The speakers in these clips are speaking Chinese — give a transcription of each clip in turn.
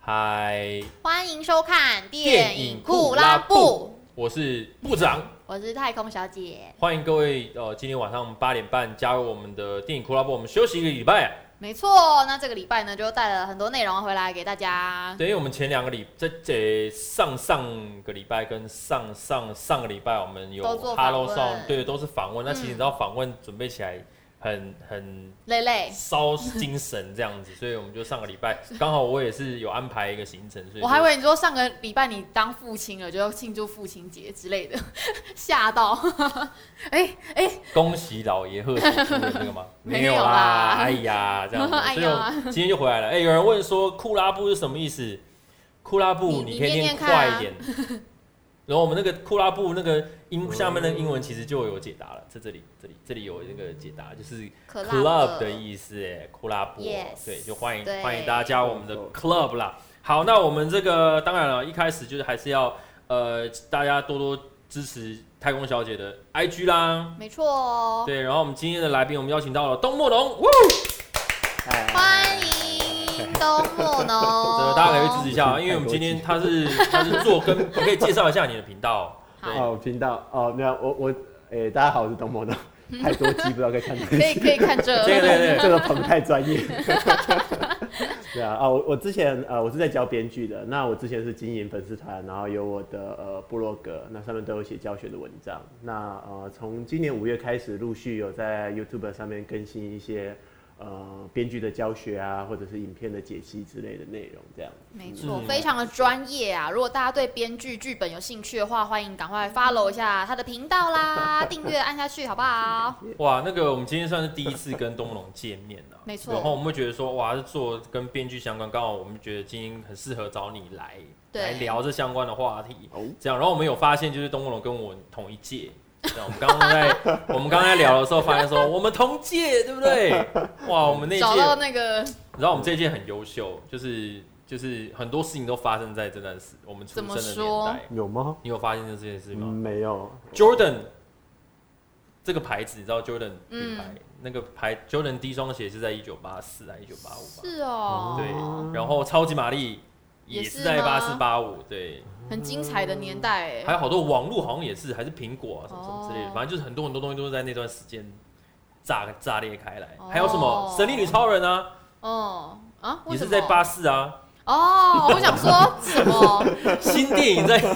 嗨， 欢迎收看电影库拉布， 我是部长， 我是太空小姐。 欢迎各位今天晚上8点半加入我们的电影库拉布，我们休息一个礼拜。 没错，那这个礼拜呢，就带了很多内容回来给大家。 对，因为我们前2个礼拜，上个礼拜跟上个礼拜，我们有 Hello Song， 对，都是访问。那其实你知道访问准备起来很累， 烧精神这样子，所以我们就上个礼拜刚好我也是有安排一个行程，所以我还以为你说上个礼拜你当父亲了，就要庆祝父亲节之类的，吓到。 恭喜老爷贺喜夫人这个吗？ 没有啦， 哎呀，这样子，所以我今天就回来了。有人问说库拉布是什么意思？库拉布你可以念快一点。然后我们那个库拉布那个下面的英文其实就有解答了，在这里有那个解答，就是 club 的意思，库拉布，对，就欢迎大家加入我们的 club 啦。好，那我们这个当然了，一开始就是还是要大家多多支持太空小姐的 IG 啦， 没错哦。 对，然后我们今天的来宾，我们邀请到了东莫农， 欢迎东莫农， 大家可以支持一下，因为我们今天他是做跟，我可以介绍一下你的频道。 频道哦，没有我大家好，我是东莫农，太多集不知道可以看哪可以看这， 对， 这个棚太专业。对啊，我之前我是在教编剧的，那我之前是经营粉丝团，然后有我的部落格，那上面都有写教学的文章。那从今年5月开始，陆续有在 YouTube 上面更新一些编剧的教学啊，或者是影片的解析之类的内容，这样。 没错，非常的专业啊！如果大家对编剧剧本有兴趣的话，欢迎赶快 follow 一下他的频道啦，订阅按下去，好不好？ 哇，那个我们今天算是第一次跟东莫农见面了， 没错。 然后我们会觉得说，哇，是做跟编剧相关，刚好我们觉得今天很适合找你来聊这相关的话题。这样，然后我们有发现，就是东莫农跟我同一届。我们刚才聊的时候，发现说我们同届，对不对？哇，我们那一届找到那个， 然后我们这一届很优秀，就是很多事情都发生在这段时我们出生的年代。 有吗？ 你有发现这件事吗？ 没有。 Jordan 这个牌子，你知道 Jordan 品牌、那个牌 Jordan 第一双鞋是在1984还是1985吧？ 是哦。 对，然后超级玛丽也是在84、85，对。 很精彩的年代， 还有好多网络好像也是，还是苹果啊什么之类的，反正就是很多东西都是在那段时间炸裂开来。还有什么神力女超人啊？也是在84啊。 我想说什么新电影在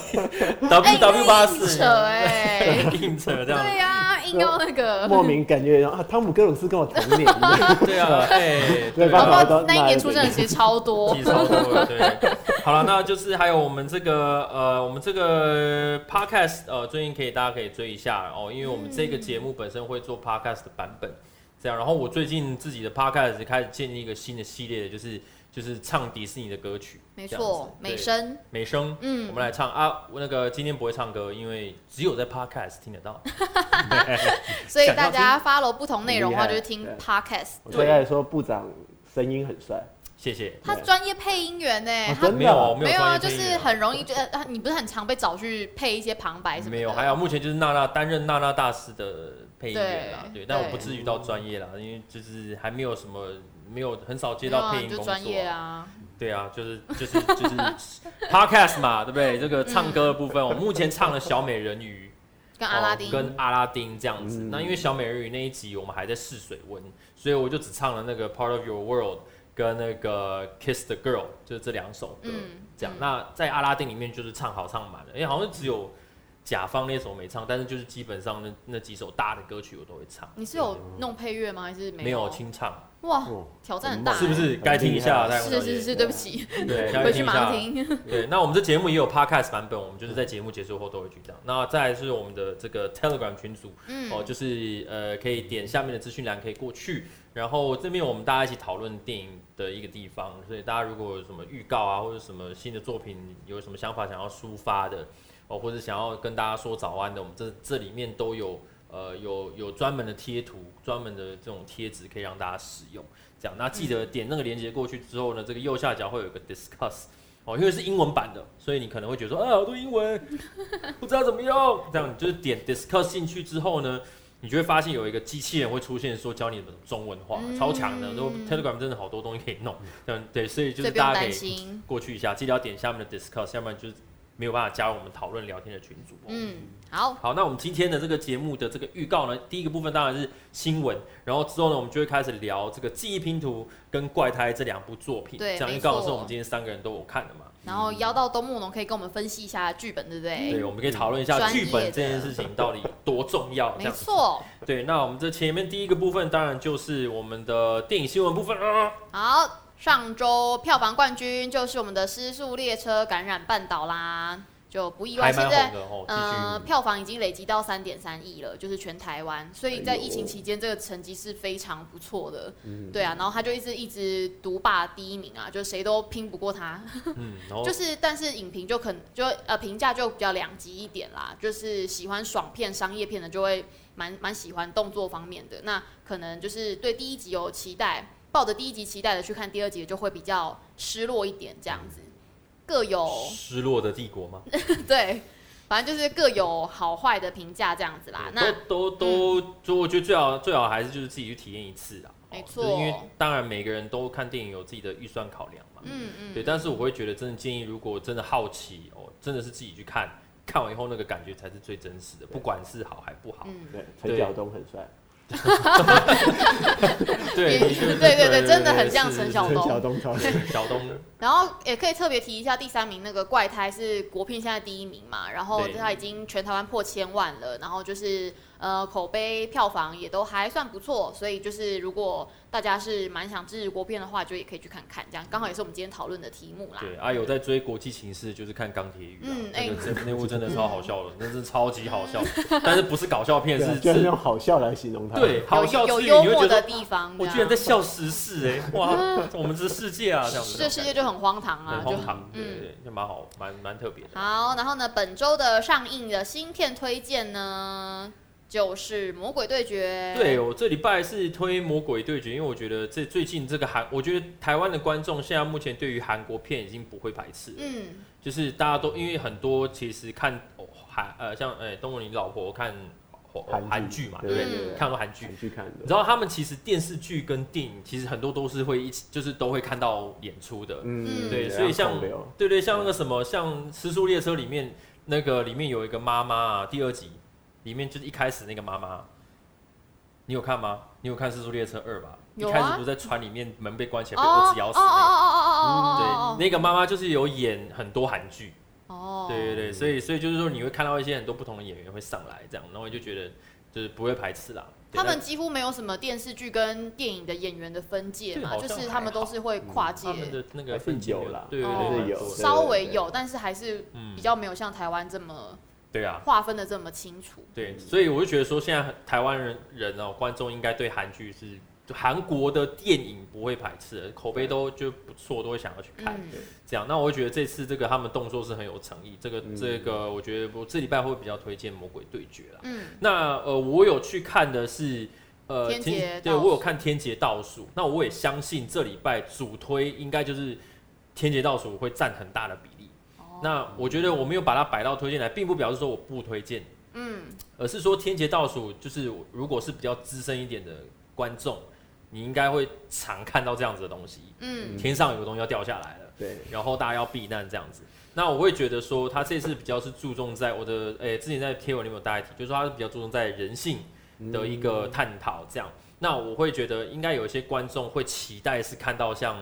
WW84，硬扯这样。 对呀，硬要那个莫名感觉汤姆哥鲁斯跟我同年。 对啊， 对，包括那一年出生的其实超多， 对。好了，那就是还有我们这个podcast， 最近大家可以追一下哦，因为我们这个节目本身会做 podcast 的版本，这样。然后我最近自己的 podcast 开始建立一个新的系列的，就是唱迪士尼的歌曲， 没错，美声， 我们来唱啊。那个今天不会唱歌，因为只有在 podcast 听得到， 所以大家 follow 不同内容的话，就是听 podcast。 我最爱说部长声音很帅。 谢谢。 他专业配音员呢， 他没有啊，就是很容易，你不是很常被找去配一些旁白什么的？ 没有，还有目前就是担任娜娜大师的配音员啦，对，但我不至于到专业啦，因为就是还没有什么。没有很少接到配音工作， 专业啊， 对啊，就是 podcast 嘛，对不对？这个唱歌的部分，我目前唱了小美人鱼跟阿拉丁这样子。那因为小美人鱼那一集我们还在试水温，所以我就只唱了那个 Part of Your World 跟那个 Kiss the Girl， 就是这2首歌，这样。那在阿拉丁里面就是唱好唱满了，因为好像只有甲方那首没唱，但是就是基本上那几首大的歌曲我都会唱。 你是有弄配乐吗？还是没有清唱？ 哇，挑战很大， 是不是？该听一下。 是，对不起， 对， 回去马上听。 对，那我们这节目也有 podcast 版本，我们就是在节目结束后都会去这样。那再来是我们的这个 Telegram 群组，就是可以点下面的资讯栏可以过去，然后这边我们大家一起讨论电影的一个地方，所以大家如果有什么预告啊，或者什么新的作品，有什么想法想要抒发的，或者想要跟大家说早安的，我们这里面都有。有专门的贴图，专门的这种贴纸可以让大家使用。这样，那记得点那个连结过去之后呢，这个右下角会有一个 discuss 因为是英文版的，所以你可能会觉得说好多英文，不知道怎么用。这样就是点 discuss 进去之后呢， 你就会发现有一个机器人会出现说教你的中文话，超强的。都 Telegram 真的好多东西可以弄，对，所以就是大家可以过去一下，记得要点下面的 Discuss， 要不然就是没有办法加入我们讨论聊天的群组。好，那我们今天的这个节目的这个预告呢，第一个部分当然是新闻，然后之后呢，我们就会开始聊这个记忆拼图跟怪胎这2部作品。 对， 这样预告的是我们今天3个人都有看的嘛。 然后邀到东木农可以跟我们分析一下剧本，对不对？ 对，我们可以讨论一下剧本这件事情到底多重要。 没错。 对，那我们这前面第一个部分当然就是我们的电影新闻部分了。 好，上周票房冠军就是我们的《失速列车感染半岛》啦。就不意外，现在票房已经累积到3.3亿了，就是全台湾，所以在疫情期间这个成绩是非常不错的。对啊，然后他就一直独霸第1名啊，就谁都拼不过他。就是但是影评评价就比较2极一点啦，就是喜欢爽片、商业片的就会蛮喜欢动作方面的，那可能就是对第1集有期待，抱着第1集期待的去看第2集就会比较失落一点这样子。各有失落的帝国吗？ 对，反正就是各有好坏的评价这样子啦。那就我觉得最好还是就是自己去体验一次啦。 没错， 因为当然每个人都看电影有自己的预算考量嘛。对，但是我会觉得真的建议，如果真的好奇真的是自己去看，看完以后那个感觉才是最真实的，不管是好还不好。 对，陈晓东很帅。 对，真的很像陈晓东。 小东。 然后也可以特别提一下第3名那个怪胎是国片现在第1名嘛，然后他已经全台湾破1000万了，然后就是口碑票房也都还算不错，所以就是如果大家是蛮想支持国片的话，就也可以去看看，这样刚好也是我们今天讨论的题目啦。 对有在追国际情势就是看钢铁雨那部真的超好笑的，那真的超级好笑，但是不是搞笑片， 是用好笑来形容它。 对，好笑有幽默的地方。 我居然在笑时事哇，我们这世界啊，这样子。 这世界就很荒唐啊， 很荒唐，对，就蛮好，蛮特别的。 好，然后呢，本周的上映的新片推荐呢，就是《魔鬼对决》。 对，我这礼拜是推《魔鬼对决》，因为我觉得最近这个我觉得台湾的观众现在目前对于韩国片已经不会排斥了。就是大家都因为很多其实看像东文你老婆看韩剧嘛，对不对？看很多韩剧看的。 你知道他们其实电视剧跟电影其实很多都是会就是都会看到演出的。对，所以像那个什么，像《失速列车》里面里面有一个妈妈啊，第2集里面就是一开始那个妈妈，你有看吗？你有看《失速列车2》吧？一开始不是在船里面门被关起来，被儿子咬死对，那个妈妈就是有演很多韩剧。对，所以就是说你会看到一些很多不同的演员会上来这样，然后就觉得就是不会排斥啦。 他们几乎没有什么电视剧跟电影的演员的分界嘛，就是他们都是会跨界。 他们的那个分界有啦， 对， 稍微有，但是还是比较没有像台湾这么划分的这么清楚。 对，所以我就觉得说，现在台湾人观众应该对韩剧是。韩国的电影不会排斥，口碑都就不错，都会想要去看。这样，那我会觉得这次这个他们动作是很有诚意。这个，我觉得我这礼拜会比较推荐《魔鬼对决》啦。那我有去看的是对我有看《天劫倒数》，那我也相信这礼拜主推应该就是《天劫倒数》会占很大的比例。那我觉得我没有把它摆到推荐来，并不表示说我不推荐，而是说《天劫倒数》就是如果是比较资深一点的观众。你应该会常看到这样子的东西，天上有个东西要掉下来了， 对， 然后大家要避难这样子。那我会觉得说，他这次比较是注重在我的，之前在贴文里面有大家提，就是说他是比较注重在人性的一个探讨这样。那我会觉得应该有一些观众会期待是看到像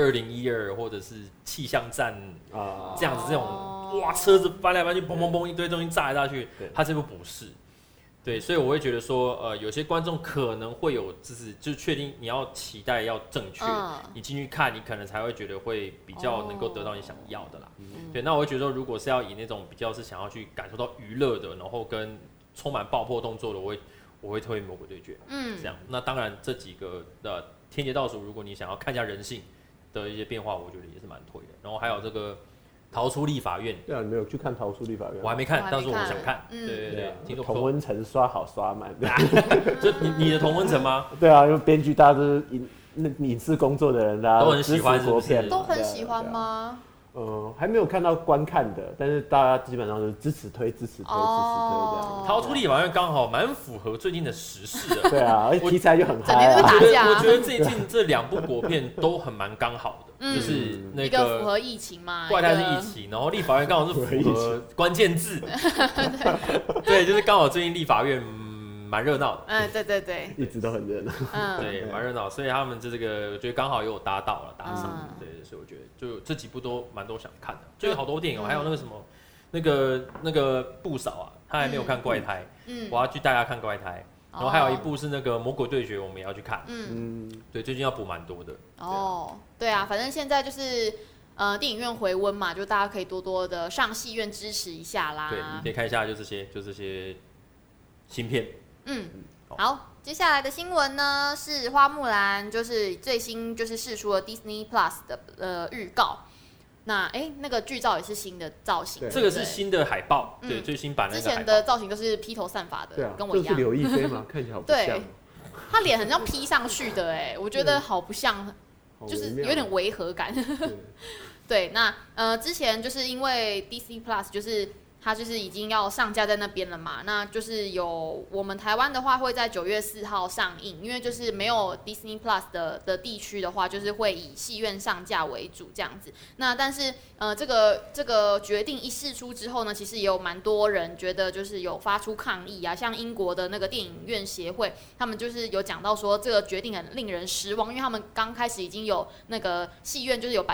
2012或者是气象站这样子这种，哇，车子翻来翻去，砰砰砰，一堆东西炸来炸去，他这部不是。对，所以我会觉得说，有些观众可能会有，就确定你要期待要正确，你进去看，你可能才会觉得会比较能够得到你想要的啦。对，那我会觉得说，如果是要以那种比较是想要去感受到娱乐的，然后跟充满爆破动作的，我会推《魔鬼对决》。这样。那当然这几个的天劫倒数，如果你想要看一下人性的一些变化，我觉得也是蛮推的。然后还有这个。逃出立法院， 对啊，你没有去看《逃出立法院》？ 我还没看，但是我想看。对，听说同温层刷好刷满。 就你的同温层吗？ 对啊，因为编剧大家都是影视工作的人，大家都很喜欢国片， 都很喜欢吗？ 还没有看到观看的，但是大家基本上就是支持推这样。 逃出立法院刚好蛮符合最近的时事的。 对啊，而且题材就很嗨啊。 我觉得最近这2部国片都很蛮刚好的，就是那一个符合疫情嘛， 怪胎是疫情，然后立法院刚好是符合关键字。对，就是刚好最近立法院蛮热闹的。 对， 一直都很热闹。 对，蛮热闹，所以他们这个我觉得刚好有搭到了，搭上。对，所以我觉得就这几部都蛮多想看的，就有好多电影，还有那个什么那个不少啊，他还没有看怪胎，我要去带他看怪胎。然后还有一部是那个魔鬼对决，我们也要去看。对，最近要补蛮多的。 对啊，反正现在就是电影院回温嘛，就大家可以多多的上戏院支持一下啦。 对，你可以看一下就这些新片。 好，接下来的新闻呢是花木兰，就是最新就是释出了 Disney Plus 的预告。那个剧照也是新的造型， 这个是新的海报，对，最新版那个海报。 之前的造型都是披头散发的，跟我一样。 就是刘亦菲嘛，看起来好不像。 对，他脸很像 P 上去的，我觉得好不像，就是有点违和感。对，那之前就是因为 Disney Plus 就是它就是已经要上架在那边了嘛，那就是有我们台湾的话会在9月4号上映，因为就是没有 Disney Plus 的地区的话，就是会以戏院上架为主这样子。那但是这个决定一释出之后呢，其实也有蛮多人觉得就是有发出抗议啊，像英国的那个电影院协会，他们就是有讲到说这个决定很令人失望，因为他们刚开始已经有那个戏院就是有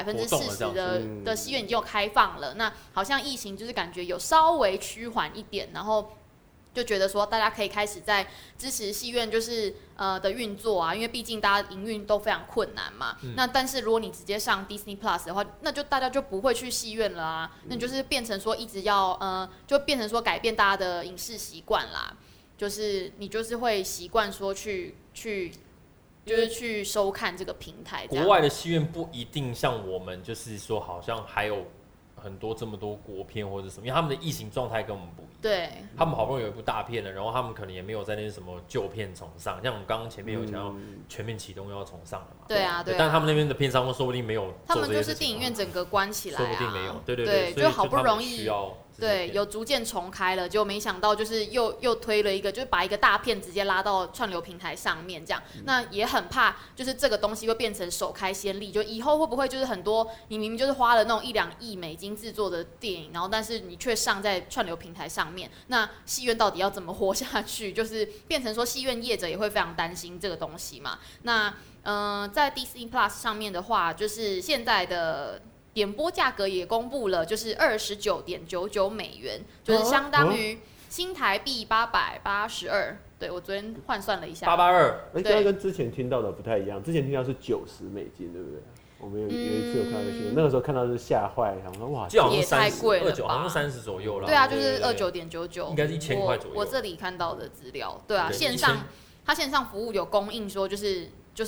40%的戏院已经有开放了，那好像疫情就是感觉有稍微趋缓一点，然后就觉得说大家可以开始在支持戏院就是的运作啊，因为毕竟大家营运都非常困难嘛。那但是如果你直接上 Disney Plus 的话，那就大家就不会去戏院了啊。那你就是变成说一直要就变成说改变大家的影视习惯啦，就是你就是会习惯说去就是去收看这个平台。 国外的戏院不一定像我们，就是说好像还有很多这么多国片或者什么，因为他们的疫情状态跟我们不一样。 对， 他们好不容易有一部大片了，然后他们可能也没有在那些什么旧片重上，像我们刚刚前面有讲到全面启动要重上了嘛。 对啊，对啊。 但他们那边的片商说不定没有做这些事情， 他们就是电影院整个关起来啊， 说不定没有。对， 就好不容易需要对有逐渐重开了，就没想到就是又推了一个，就是把一个大片直接拉到串流平台上面这样。那也很怕就是这个东西会变成首开先例，就以后会不会就是很多你明明就是花了那种1-2亿美金制作的电影，然后但是你却上在串流平台上面，那戏院到底要怎么活下去？就是变成说戏院业者也会非常担心这个东西嘛。那在 Disney Plus 上面的话，就是现在的点播价格也公布了，就是29.99美元，就是相当于新台币882。对，我昨天换算了一下 ，882。 这跟之前听到的不太一样，之前听到是90美金，对不对？我们有一次有看到新闻，那个时候看到是吓坏，想说哇， 也太贵了吧， 好像30左右了。 对啊，就是29.99， 应该是1000块左右。 我这里看到的资料，对啊，它线上服务有供应说就是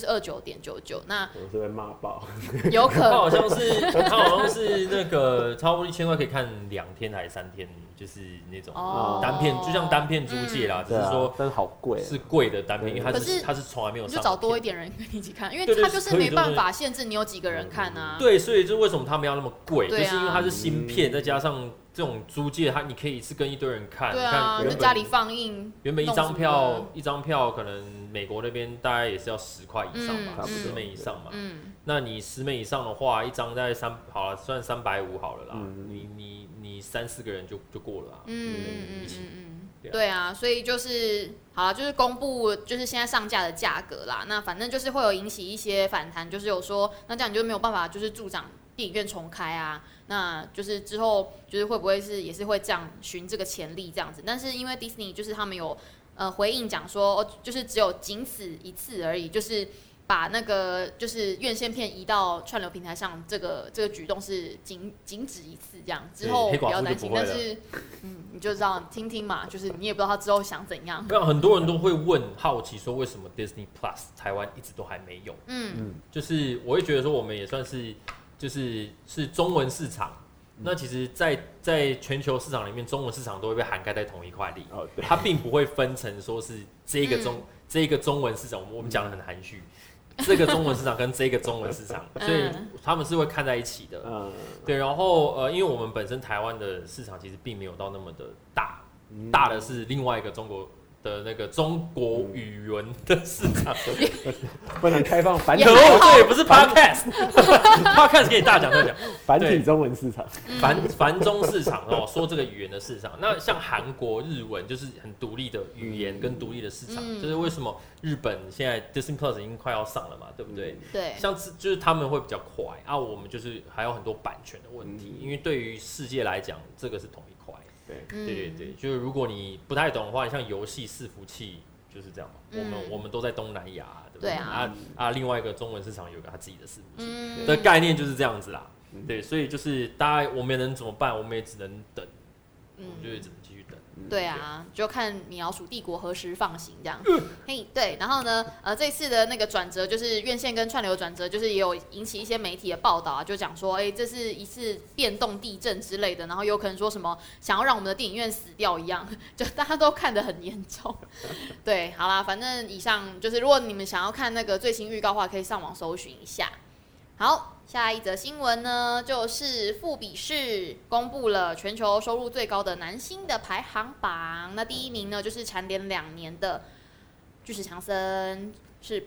29.99，那我是被骂爆， 有可能他好像是那个差不多1000块可以看2天还是3天，就是那种单片，就像单片租借啦，只是说但是好贵， 是贵的单片，因为它是从来没有上， 就找多一点人跟你一起看，因为它就是没办法限制你有几个人看啊。 对，所以就为什么他们要那么贵，就是因为它是新片，再加上这种租借，你可以一次跟一堆人看。 对啊，就家里放映。 原本一张票可能美国那边大概也是要10块以上吧，10枚以上嘛。那你10枚以上的话，一张大概好了，算350好了啦。你3-4个人就过了啦。 对啊，所以就是好了，就是公布就是现在上架的价格啦。那反正就是会有引起一些反弹，就是有说那这样你就没有办法就是助长电影院重开啊。那就是之后就是会不会也是会这样循这个潜力这样子？但是因为 Disney 就是他们有回应讲说，就是仅此一次而已，就是把那个就是院线片移到串流平台上，这个举动是仅止一次这样，之后不要担心。但是你就知道听听嘛，就是你也不知道他之后想怎样。 很多人都会好奇说，为什么 Disney Plus 台湾一直都还没有？就是我会觉得说，我们也算是是中文市场。那其实在全球市场里面，中文市场都会被涵盖在同一块里，它并不会分成说是这个中文市场，我们讲的很含蓄， 这个中文市场跟这个中文市场，所以他们是会看在一起的。对，然后因为我们本身台湾的市场其实并没有到那么的大，大的是另外一个中国的那个中国语文的市场， 不能开放繁体。 可恶，这也不是 podcast，podcast 可以大讲特讲。 繁体中文市场， 繁中市场哦，说这个语言的市场。那像韩国日文就是很独立的语言跟独立的市场，就是为什么日本现在 Disney Plus 已经快要上了嘛，对不对？ 对。 像就是他们会比较快啊，我们就是还有很多版权的问题，因为对于世界来讲，这个是同一块。对，就是如果你不太懂的话，你像游戏伺服器就是这样嘛。我们都在东南亚，对不对？另外一个中文市场有个他自己的伺服器的概念就是这样子啦。对，所以就是大家我们能怎么办？我们也只能等，我们就只能继续等。 对啊，就看苗属帝国何时放行这样。嘿，对，然后呢，这次的那个转折就是院线跟串流转折，就是也有引起一些媒体的报道啊，就讲说，这是一次变动地震之类的，然后有可能说什么想要让我们的电影院死掉一样，就大家都看得很严重。对，好啦，反正以上就是如果你们想要看那个最新预告的话，可以上网搜寻一下。好，下一则新闻呢，就是富比士公布了全球收入最高的男星的排行榜。那第一名呢，就是蝉联2年的巨石强森，是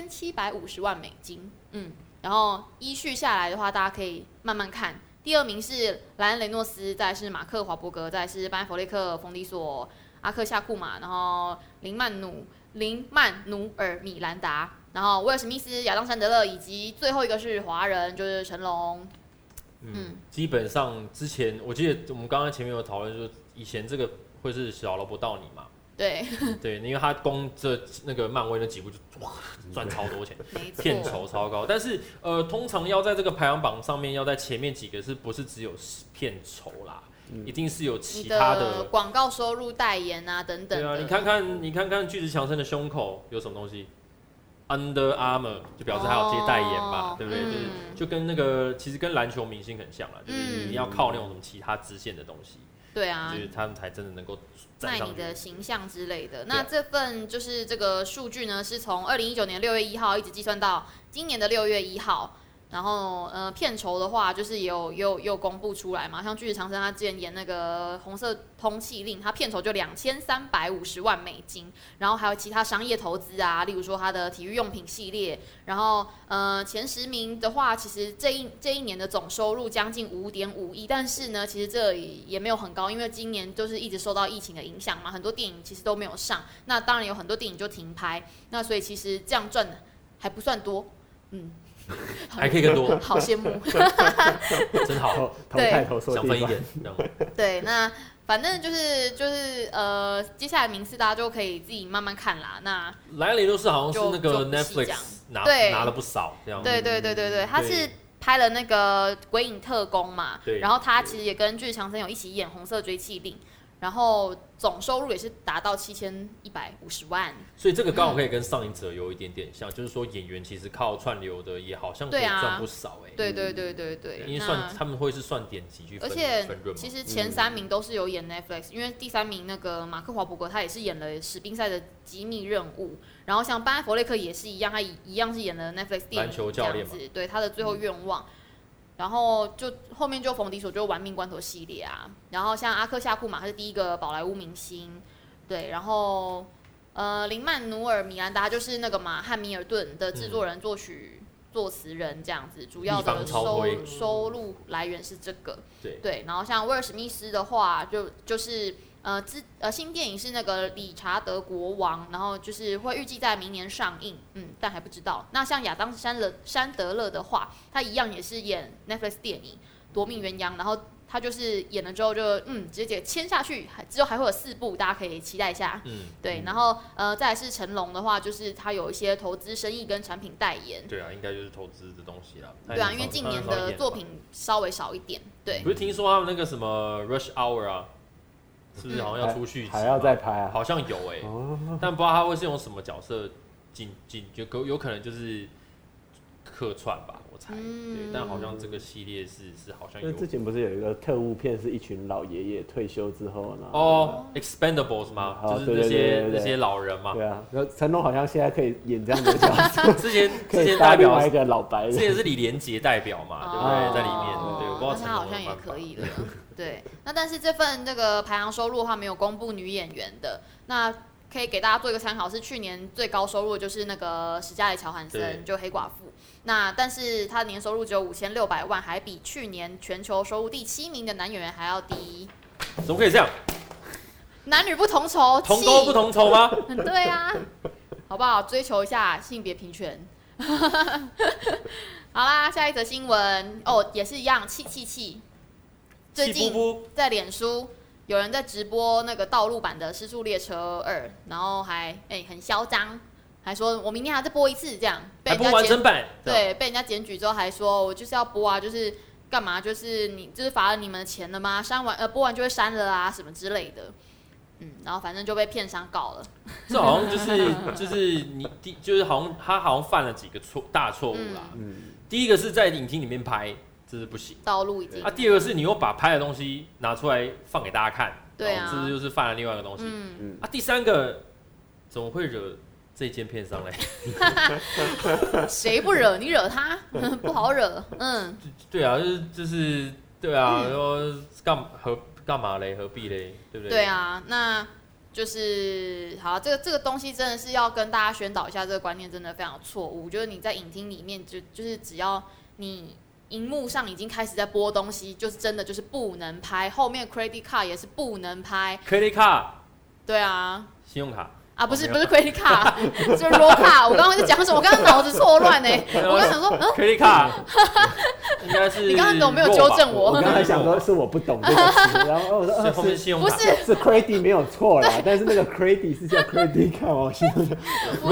8750万美金。然后依序下来的话，大家可以慢慢看。第二名是莱恩雷诺斯，再来是马克华伯格，再来是班艾弗雷克、冯迪索、阿克夏库马，然后林曼努尔米兰达。然后威尔史密斯、亚当·山德勒，以及最后一个是华人，就是成龙。 基本上之前我记得我们刚刚前面有讨论，说以前这个会是小劳勃道尼嘛？ 对， 因为他光这那个漫威那几部就赚超多钱，片酬超高。但是通常要在这个排行榜上面，要在前面几个是不是只有片酬啦？一定是有其他的广告收入、代言啊等等的。 对啊，你看看巨石强森的胸口有什么东西？ Under Armour 就表示还有接代言嘛，对不对？就跟那个其实跟篮球明星很像啦，就是你要靠那种什么其他支线的东西， 对啊， 就是他们才真的能够卖你的形象之类的。那这份就是这个数据呢，是从2019年6月1号一直计算到今年的6月1号。然后片酬的话，就是有公布出来嘛，像巨石强森他之前演那个红色通缉令，他片酬就2350万美金，然后还有其他商业投资啊，例如说他的体育用品系列，然后前10名的话，其实这一年的总收入将近5.5亿，但是呢，其实这也没有很高，因为今年就是一直受到疫情的影响嘛，很多电影其实都没有上，那当然有很多电影就停拍，那所以其实这样赚的还不算多， 还可以更多， 好羡慕， 真好，想分一点， 对，那反正就是接下来名次大家就可以自己慢慢看啦。那莱恩雷诺斯好像是那个 Netflix 拿了不少这样， 对，他是拍了那个《鬼影特工》嘛，然后他其实也跟巨石强森有一起演《红色追缉令》。然后总收入也是达到7150万， 所以这个刚好可以跟上一则有一点点像，就是说演员其实靠串流的也好像可以赚不少对， 因为他们会是算点击去分润嘛。 而且其实前3名都是有演 Netflix，因为第3名那个马克华伯格他也是演了史宾塞的机密任务，然后像班艾弗雷克也是一样，他一样是演了 Netflix 电影篮球教练嘛， 对他的最后愿望。然后就后面就冯迪索就玩命关头系列啊，然后像阿克夏库马他是第一个宝莱坞明星，对，然后林曼努尔米兰达就是那个嘛汉密尔顿的制作人、作曲、作词人这样子，主要的收入来源是这个，对，然后像威尔史密斯的话就是新电影是那个理查德国王，然后就是会预计在明年上映，但还不知道。那像亚当山德勒的话，他一样也是演 Netflix 电影《夺命鸳鸯》，然后他就是演了之后就直接签下去，之后还会有4部，大家可以期待一下。对，然后再来是成龙的话，就是他有一些投资生意跟产品代言。 对啊，应该就是投资的东西啦。 对啊，因为近年的作品稍微少一点。对， 不是听说他们那个什么 Rush Hour 啊？是不是好像要出续集？ 还要再拍啊？ 好像有但不知道他会是用什么角色进，就有可能就是客串吧， 我猜，对，但好像这个系列是好像有。 之前不是有一个特务片，是一群老爷爷退休之后呢 ？Expendables 吗？就是那些老人嘛。 对啊，成龙好像现在可以演这样的角色。 之前代表一个老白人， 之前是李连杰代表嘛，对不对？在里面，对，我不知道他好像也可以了。对，那但是这份这个排行收入的话，没有公布女演员的。那可以给大家做一个参考，是去年最高收入的就是那个史嘉蕾·乔韩森，就黑寡妇。那但是他的年收入只有5600万，还比去年全球收入第7名的男演员还要低。 怎么可以这样？ 男女不同酬， 同工不同酬吗？ 对啊，好不好？追求一下性别平权。好啦，下一则新闻也是一样，气。最近在脸书有人在直播那个道路版的《失速列车2》，然后还很嚣张，还说我明天还再播一次，这样被人家完整版， 对，被人家检举之后还说我就是要播啊，就是干嘛？就是你就是罚了你们的钱了吗？播完就会删了啊，什么之类的。然后反正就被片商告了。 这好像就是你就是他好像犯了几个大错误啦。第一个是在影厅里面拍。这是不行， 道路已经第二个是你又把拍的东西拿出来放给大家看， 对啊， 这就是犯了另外一个东西。第三个怎么会惹这间片商嘞？ 谁不惹？你惹他，不好惹。 对啊，就是对啊，说干嘛嘞？何必嘞？对不对？ 对啊，那就是好，这个东西真的是要跟大家宣导一下，这个观念真的非常错误。就是你在影厅里面就是只要你荧幕上已经开始在播东西，就是真的就是不能拍，后面 credit card 也是不能拍。 credit card？ 对啊。 信用卡？ 啊，不是 credit card， 就是 raw card。我刚刚在讲什么？我刚刚脑子错乱呢。我刚想说 ，credit card 应该是。 你刚刚怎么没有纠正我？ 我刚才想说是我不懂这个词，然后我说后面信用卡不是 credit 没有错啦，但是那个 credit 是叫 credit card 哦，信用卡。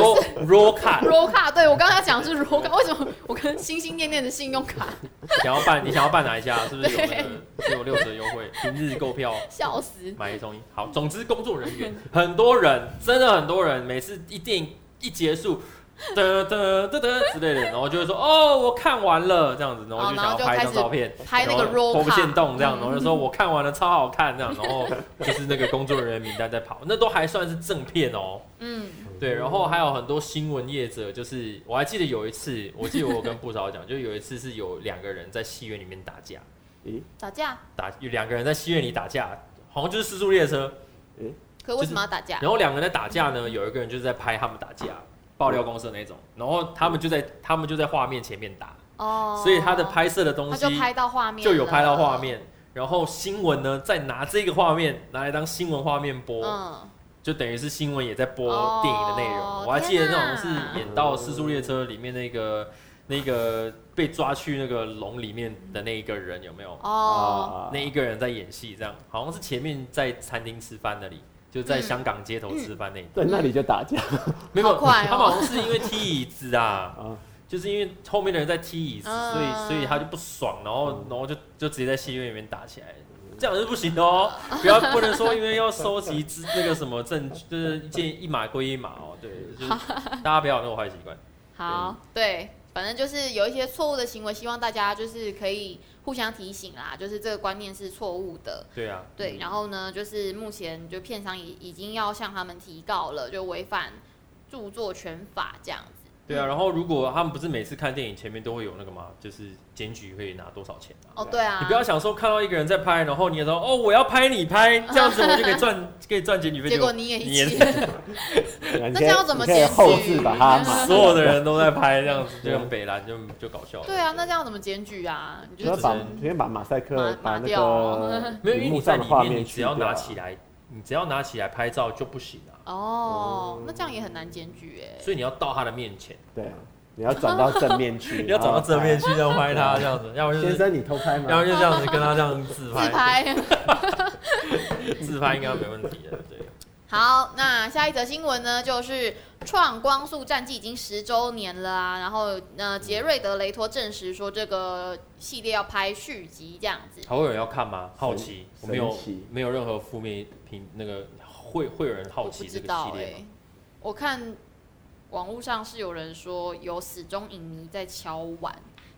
raw card， 对我刚刚讲的是 raw card， 为什么我跟心心念念的信用卡？ 你想要办哪一家？是不是有6折优惠？平日购票， 笑死， 买1送1。好，总之工作人员很多人，真的很多人，每次电影一结束。之类的，然后就会说我看完了这样子，然后就想要拍一张照片， 拍那个 roll 卡，限动这样，然后就说我看完了，超好看这样，然后就是那个工作人员名单在跑，那都还算是正片哦。对，然后还有很多新闻业者，就是我还记得有一次，我跟布嫂讲，就有一次是有2个人在戏院里面打架，有2个人在戏院里打架，好像就是《失速列车》。 可为什么要打架？ 然后2个人在打架呢，有一个人就是在拍他们打架。爆料公司的那种，然后他们就在画面前面打，所以他的拍摄的东西他就拍到画面， 就有拍到画面，然后新闻呢再拿这个画面拿来当新闻画面播，就等于是新闻也在播电影的内容。我还记得那种是演到《失速列车》里面那个被抓去那个笼里面的那一个人有没有？那一个人在演戏，这样好像是前面在餐厅吃饭那里。就在香港街头吃饭那里， 在那里就打架， 没有，他们好像是因为踢椅子啊，就是因为后面的人在踢椅子，所以他就不爽，然后就直接在戏院里面打起来，这样是不行的哦，不能说因为要收集那个什么证据，就是一码归一码哦，对，就是大家不要有那种坏习惯。 好，对，反正就是有一些错误的行为，希望大家就是可以互相提醒啦，就是这个观念是错误的。 对啊， 对，然后呢，就是目前就片商已经要向他们提告了，就违反著作权法这样子。 对啊，然后如果他们不是每次看电影前面都会有那个嘛，就是检举可以拿多少钱嘛？ 对啊， 你不要想说看到一个人在拍，然后你也说我要拍你拍，这样子我就可以赚检举费。 结果你也一起， 那这样怎么检举？ 后置把它所有的人都在拍，这样子就很北蓝，就搞笑了。 对啊，那这样怎么检举啊？你就直接把马赛克把那个没有，因为你在里面，你只要拿起来拍照就不行啊。 那这样也很难检举哎。 所以你要到他的面前。 对，你要转到正面去。 你要转到正面去，这样拍他这样子，要不就是先生你偷拍吗？ 要不就这样子跟他这样自拍。自拍应该没问题的，对。 好，那下一则新闻呢，就是《创光速战记》已经10周年了啊，然后杰瑞德·雷托证实说这个系列要拍续集这样子。 还会有人要看吗？好奇，我没有任何负面评，那个会有人好奇这个系列吗？ 我看网络上是有人说有死忠影迷在敲碗，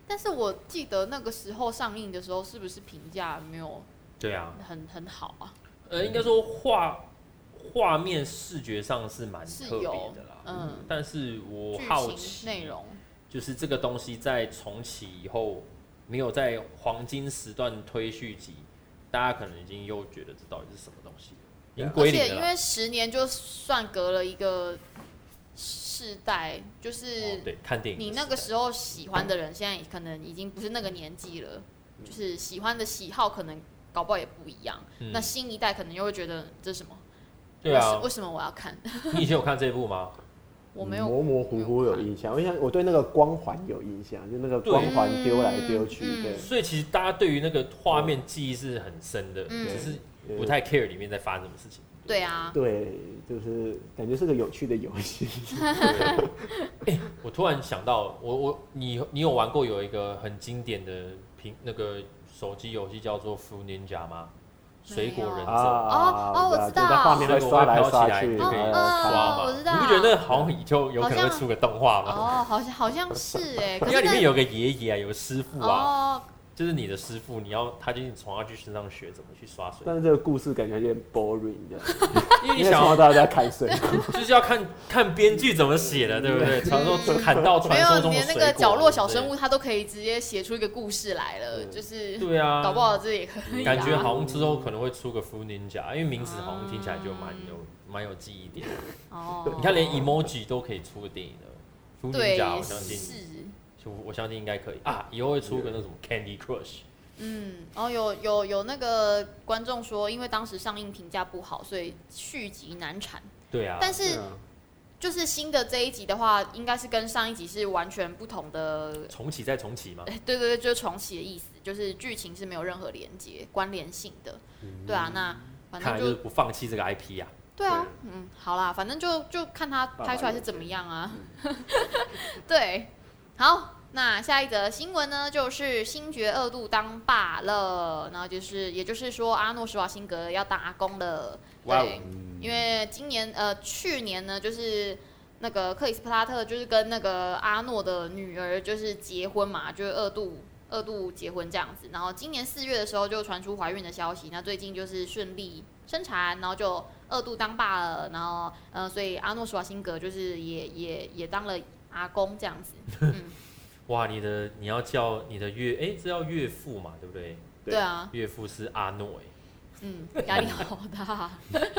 但是我记得那个时候上映的时候，是不是评价没有？ 对啊， 很好啊。 应该说画面视觉上是蛮特别的啦。但是我好奇内容， 就是这个东西在重启以后，没有在黄金时段推续集，大家可能已经又觉得这到底是什么东西了， 而且因为10年就算隔了一个世代，就是对看电影， 你那个时候喜欢的人，现在可能已经不是那个年纪了，就是喜欢的喜好可能搞不好也不一样。那新一代可能又会觉得这是什么？ 对啊， 为什么我要看？ 你以前有看这部吗？ 我没有， 模模糊糊有印象。我对那个光环有印象，就那个光环丢来丢去。对， 所以其实大家对于那个画面记忆是很深的，只是不太 care 里面在发生什么事情。 对啊， 对，就是感觉是个有趣的游戏。 我突然想到，你有玩过有一个很经典的那个手机游戏叫做 Fruit Ninja 吗？水果忍者我知道， 在画面会刷来刷去， 就可以刷嘛。 我知道， 你不觉得那好像就有可能会出个动画吗？ 好像是哎， 可是里面有个爷爷啊，有个师傅啊。就是你的师傅，他就从他去身上学怎么去刷水。 但是这个故事感觉有点 boring 的， 因为你想要大家在砍水果， 就是要看编剧怎么写的，对不对？传说砍到传说中的水果， 连那个角落小生物，他都可以直接写出一个故事来了，就是对啊， 搞不好这也可以。 感觉好像之后可能会出个 Fruit Ninja， 因为名字好像听起来就蛮有记忆点的。你看连 emoji 都可以出个电影了 ，Fruit Ninja 我相信是。我相信应该可以啊，以后会出个那什么 Candy Crush。 有那个观众说，因为当时上映评价不好，所以续集难产。 对啊。 但是就是新的这一集的话，应该是跟上一集是完全不同的。 重启再重启吗？ 对，就是重启的意思，就是剧情是没有任何关联性的。对啊，那反正就是不放弃这个 IP 啊。 对啊，好啦，反正就看他拍出来是怎么样啊。对，好。那下一则新闻呢，就是星爵2度当爸了，然后也就是说，阿诺·施瓦辛格要当阿公了。对，因为去年呢，就是那个克里斯·普拉特就是跟那个阿诺的女儿就是结婚嘛，就是二度结婚这样子。然后今年4月的时候就传出怀孕的消息，那最近就是顺利生产，然后就2度当爸了。然后所以阿诺·施瓦辛格就是也当了阿公这样子。 哇，你要叫你的这叫岳父嘛，对不对？ 对啊， 岳父是阿诺压力好大，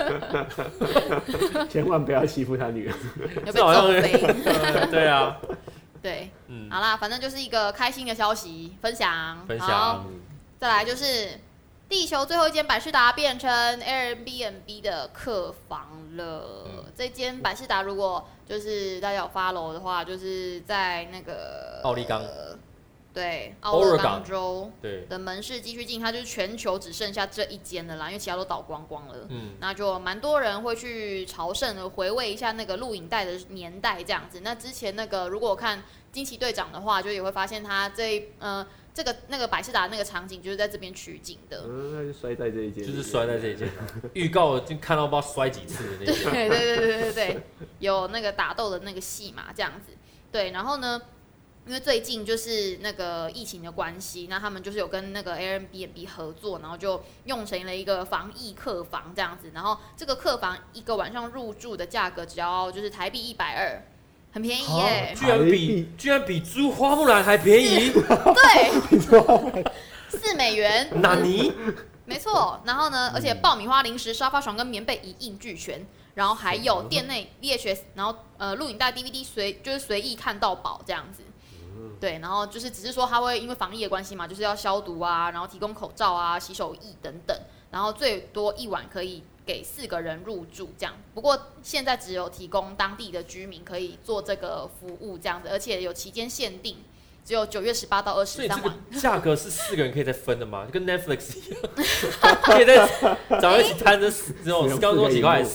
千万不要欺负他女儿， 要被揍飞。 对啊， 对，好啦，反正就是一个开心的消息分享。 好， 再来就是地球最后一间百事达变成 Airbnb 的客房了。这间百事达如果就是大家有 follow 的话，就是在那个奥利冈， 对，奥勒冈州的门市继续进，它就是全球只剩下这一间了啦，因为其他都倒光光了。那就蛮多人会去朝圣的，回味一下那个录影带的年代这样子。那之前那个如果看惊奇队长的话，就也会发现他那个百事达那个场景就是在这边取景的。 那就摔在这一间， 就是摔在这一间。预告就看到不知道摔几次的那种。 对，有那个打斗的那个戏嘛，这样子。对，然后呢，因为最近就是那个疫情的关系，那他们就是有跟那个 Airbnb 合作，然后就用成了一个防疫客房这样子。然后这个客房一个晚上入住的价格只要就是台币120。很便宜耶， 居然比租花木兰还便宜。 对，4美元。 哪尼？ 没错。然后呢，而且爆米花、零食、沙发床跟棉被一应俱全，然后还有店内 VHS， 然后录影带 DVD 随意看到饱这样子。对，然后就是只是说他会因为防疫的关系嘛，就是要消毒啊，然后提供口罩啊、洗手液等等，然后最多一晚可以给4个人入住这样。不过现在只有提供当地的居民可以做这个服务这样子，而且有期间限定，只有9月18到23晚。所以这个价格是4个人可以再分的吗？就跟 Netflix 一样，可以再找人一起摊着这种刚多几块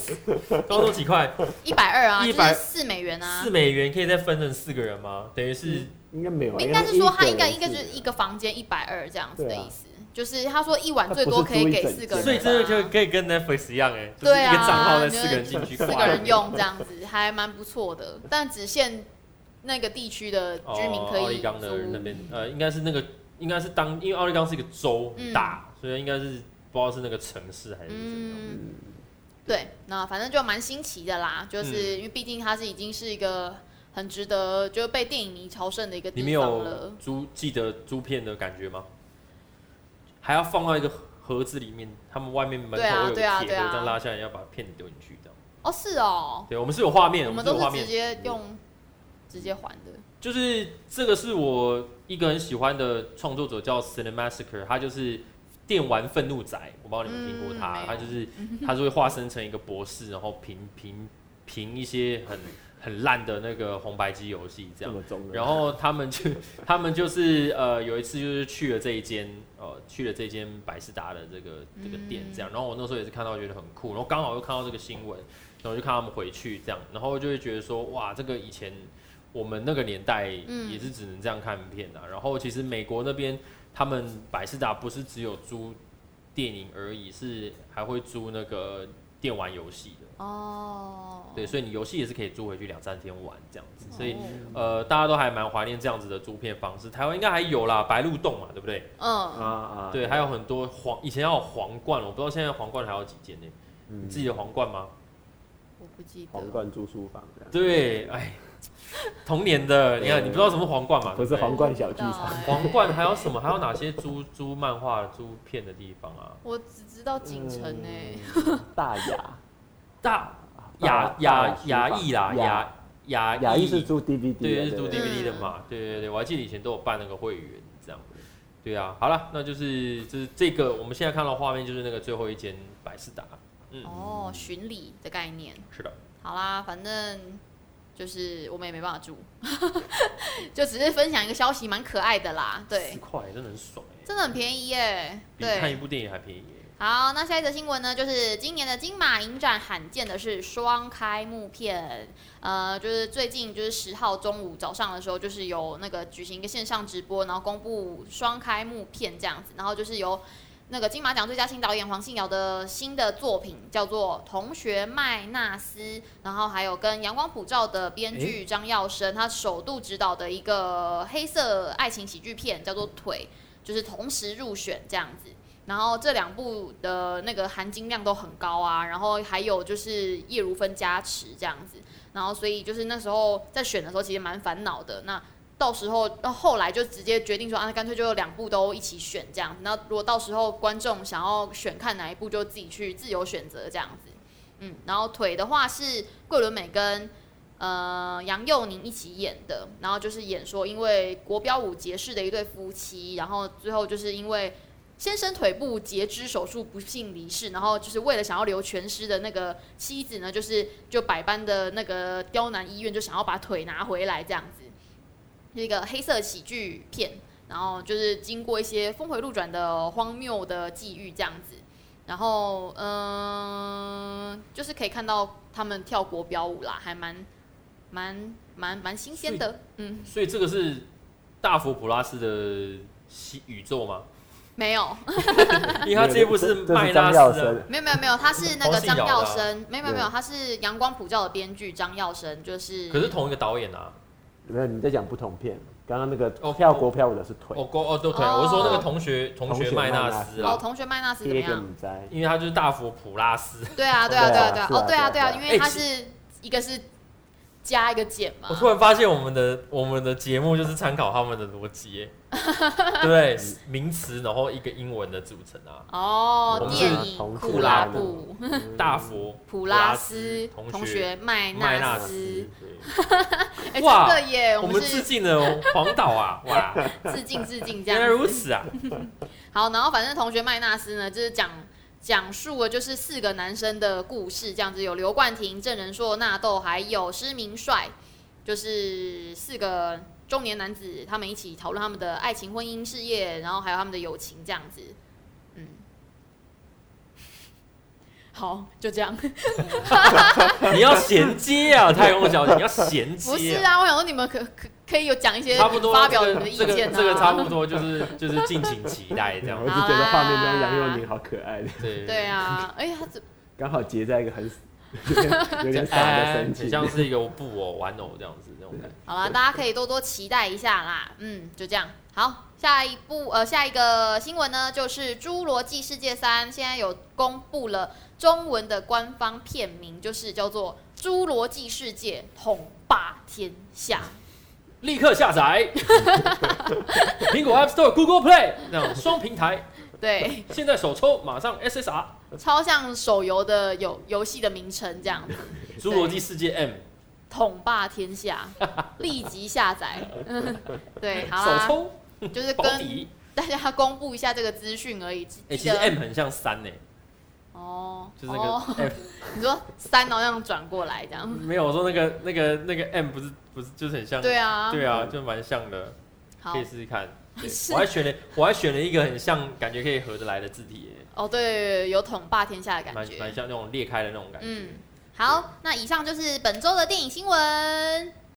？120啊，140美元啊。 4美元可以再分成4个人吗？等于是应该没有， 应该是说他应该就是一个房间120这样子的意思。就是他说一晚最多可以给4个人， 所以真的就可以跟 Netflix 一样就是一个账号在4个人进去，4 个人用这样子，还蛮不错的。但只限那个地区的居民可以租。 奥利冈的那边，应该是因为奥利冈是一个州大，所以应该是不知道是那个城市还是怎么样。 对，那反正就蛮新奇的啦，就是因为毕竟它已经是一个很值得就被电影迷朝圣的一个地方了。 你们有记得租片的感觉吗？还要放到一个盒子里面，他们外面门口会有铁盒，这样拉下来要把片子丢进去，这样。 哦，是哦。 对，我们是有画面， 我们都是直接还的。 就是这个是我一个很喜欢的创作者叫 Cinemassacre， 他就是电玩愤怒仔，我不知道你们听过他，他是会化身成一个博士，然后评一些很烂的那个红白机游戏这样，然后他们就是有一次就是去了这一间百视达的这个店这样，然后我那时候也是看到觉得很酷，然后刚好又看到这个新闻，然后就看他们回去这样，然后就会觉得说哇，这个以前我们那个年代也是只能这样看片啊，然后其实美国那边他们百视达不是只有租电影而已，是还会租那个电玩游戏的哦，对，所以你游戏也是可以租回去2-3天玩这样子，所以大家都还蛮怀念这样子的租片方式。台湾应该还有啦，白鹿洞嘛，对不对？对，还有很多以前要有皇冠，我不知道现在皇冠还有几间呢？你自己的皇冠吗？ 我不记得。 皇冠住宿房。 对，哎，童年的，你看你不知道什么皇冠嘛？ 不是皇冠小剧场。 皇冠还有什么？还有哪些租漫画、租片的地方啊？ 我只知道锦城欸。 大雅艺啦， 雅艺是租 DVD 的， 对，是租 DVD 的嘛，对，我还记得以前都有办那个会员这样，对啊，好了，那就是这个我们现在看到画面就是那个最后一间百视达， 巡礼的概念， 是的， 好啦，反正就是我们也没办法住，就只是分享一个消息，蛮可爱的啦，对， 10块真的很爽真的很便宜耶， 比看一部电影还便宜。 好，那下一则新闻呢，就是今年的金马影展罕见的是双开幕片，就是最近就是10号中午早上的时候，就是有那个举行一个线上直播，然后公布双开幕片这样子，然后就是由那个金马奖最佳新导演黄信尧的新的作品叫做《同学麦纳斯》，然后还有跟阳光普照的编剧张耀升，他首度执导的一个黑色爱情喜剧片叫做《腿》，就是同时入选这样子。然后这2部的那个含金量都很高啊，然后还有就是叶如芬加持这样子，然后所以就是那时候在选的时候其实蛮烦恼的。那到时候后来就直接决定说干脆就2部都一起选这样子。那如果到时候观众想要选看哪一部，就自己去自由选择这样子。然后腿的话是桂纶镁跟杨佑宁一起演的，然后就是演说因为国标舞结识的一对夫妻，然后最后就是因为先生腿部截肢手术不幸离世，然后就是为了想要留全尸的那个妻子呢，就百般的那个刁难医院，就想要把腿拿回来这样子，是一个黑色喜剧片，然后就是经过一些峰回路转的荒谬的际遇这样子，然后就是可以看到他们跳国标舞啦，还蛮新鲜的， 所以这个是大佛普拉斯的宇宙吗？ 没有， 因为他这一部是麦纳斯， 没有，他是那个张耀升，没有，他是阳光普照的编剧张耀升，就是。 可是同一个导演啊。 没有，你在讲不同片。刚刚那个跳国票舞的是腿。 对腿，我是说那个同学麦纳斯啊。 同学麦纳斯怎么样？ 因为他就是大佛普拉斯。 对啊，因为他是一个是。加一个减嘛。 我突然发现我们的节目就是参考他们的逻辑，对不对？名词然后一个英文的组成啊。 电影库拉布、 大佛普拉斯、同学麦纳斯。 哇， 真的耶！ 我们致敬了黄岛啊！哇， 致敬这样。 原来如此啊！ 好，然后反正同学麦纳斯呢，就是讲述了就是4个男生的故事，这样子有刘冠廷、郑仁硕、纳豆，还有施明帅，就是4个中年男子，他们一起讨论他们的爱情、婚姻、事业，然后还有他们的友情，这样子。好，就这样。 你要衔接啊，太空小姐，你要衔接。 不是啊，我想说你们可以有讲一些发表你们的意见啊。 这个差不多就是敬请期待这样。 我就觉得画面中杨佑宁好可爱的。 对啊，哎呀， 刚好结在一个有点傻的神情， 很像是一个布偶玩偶这样子那种感觉。 好啦，大家可以多多期待一下啦。就这样。好，下一个新闻呢，就是《侏罗纪世界3》现在有公布了中文的官方片名，就是叫做《侏罗纪世界统霸天下》。 立刻下载，苹果 App Store、Google Play 那种双平台。 对， 现在首抽马上 SSR， 超像手游的游戏的名称这样子。 侏罗纪世界 M， 统霸天下，立即下载。对，好啦， 首抽就是跟大家公布一下这个资讯而已。 其实 M 很像3呢。就是那个 M， 你说3好像转过来这样？ 没有，我说那个 M 不是就是很像？ 对啊， 就蛮像的，可以试试看。我还选了一个很像，感觉可以合得来的字体耶。 对，有统霸天下的感觉， 蛮像那种裂开的那种感觉。 好，那以上就是本周的电影新闻。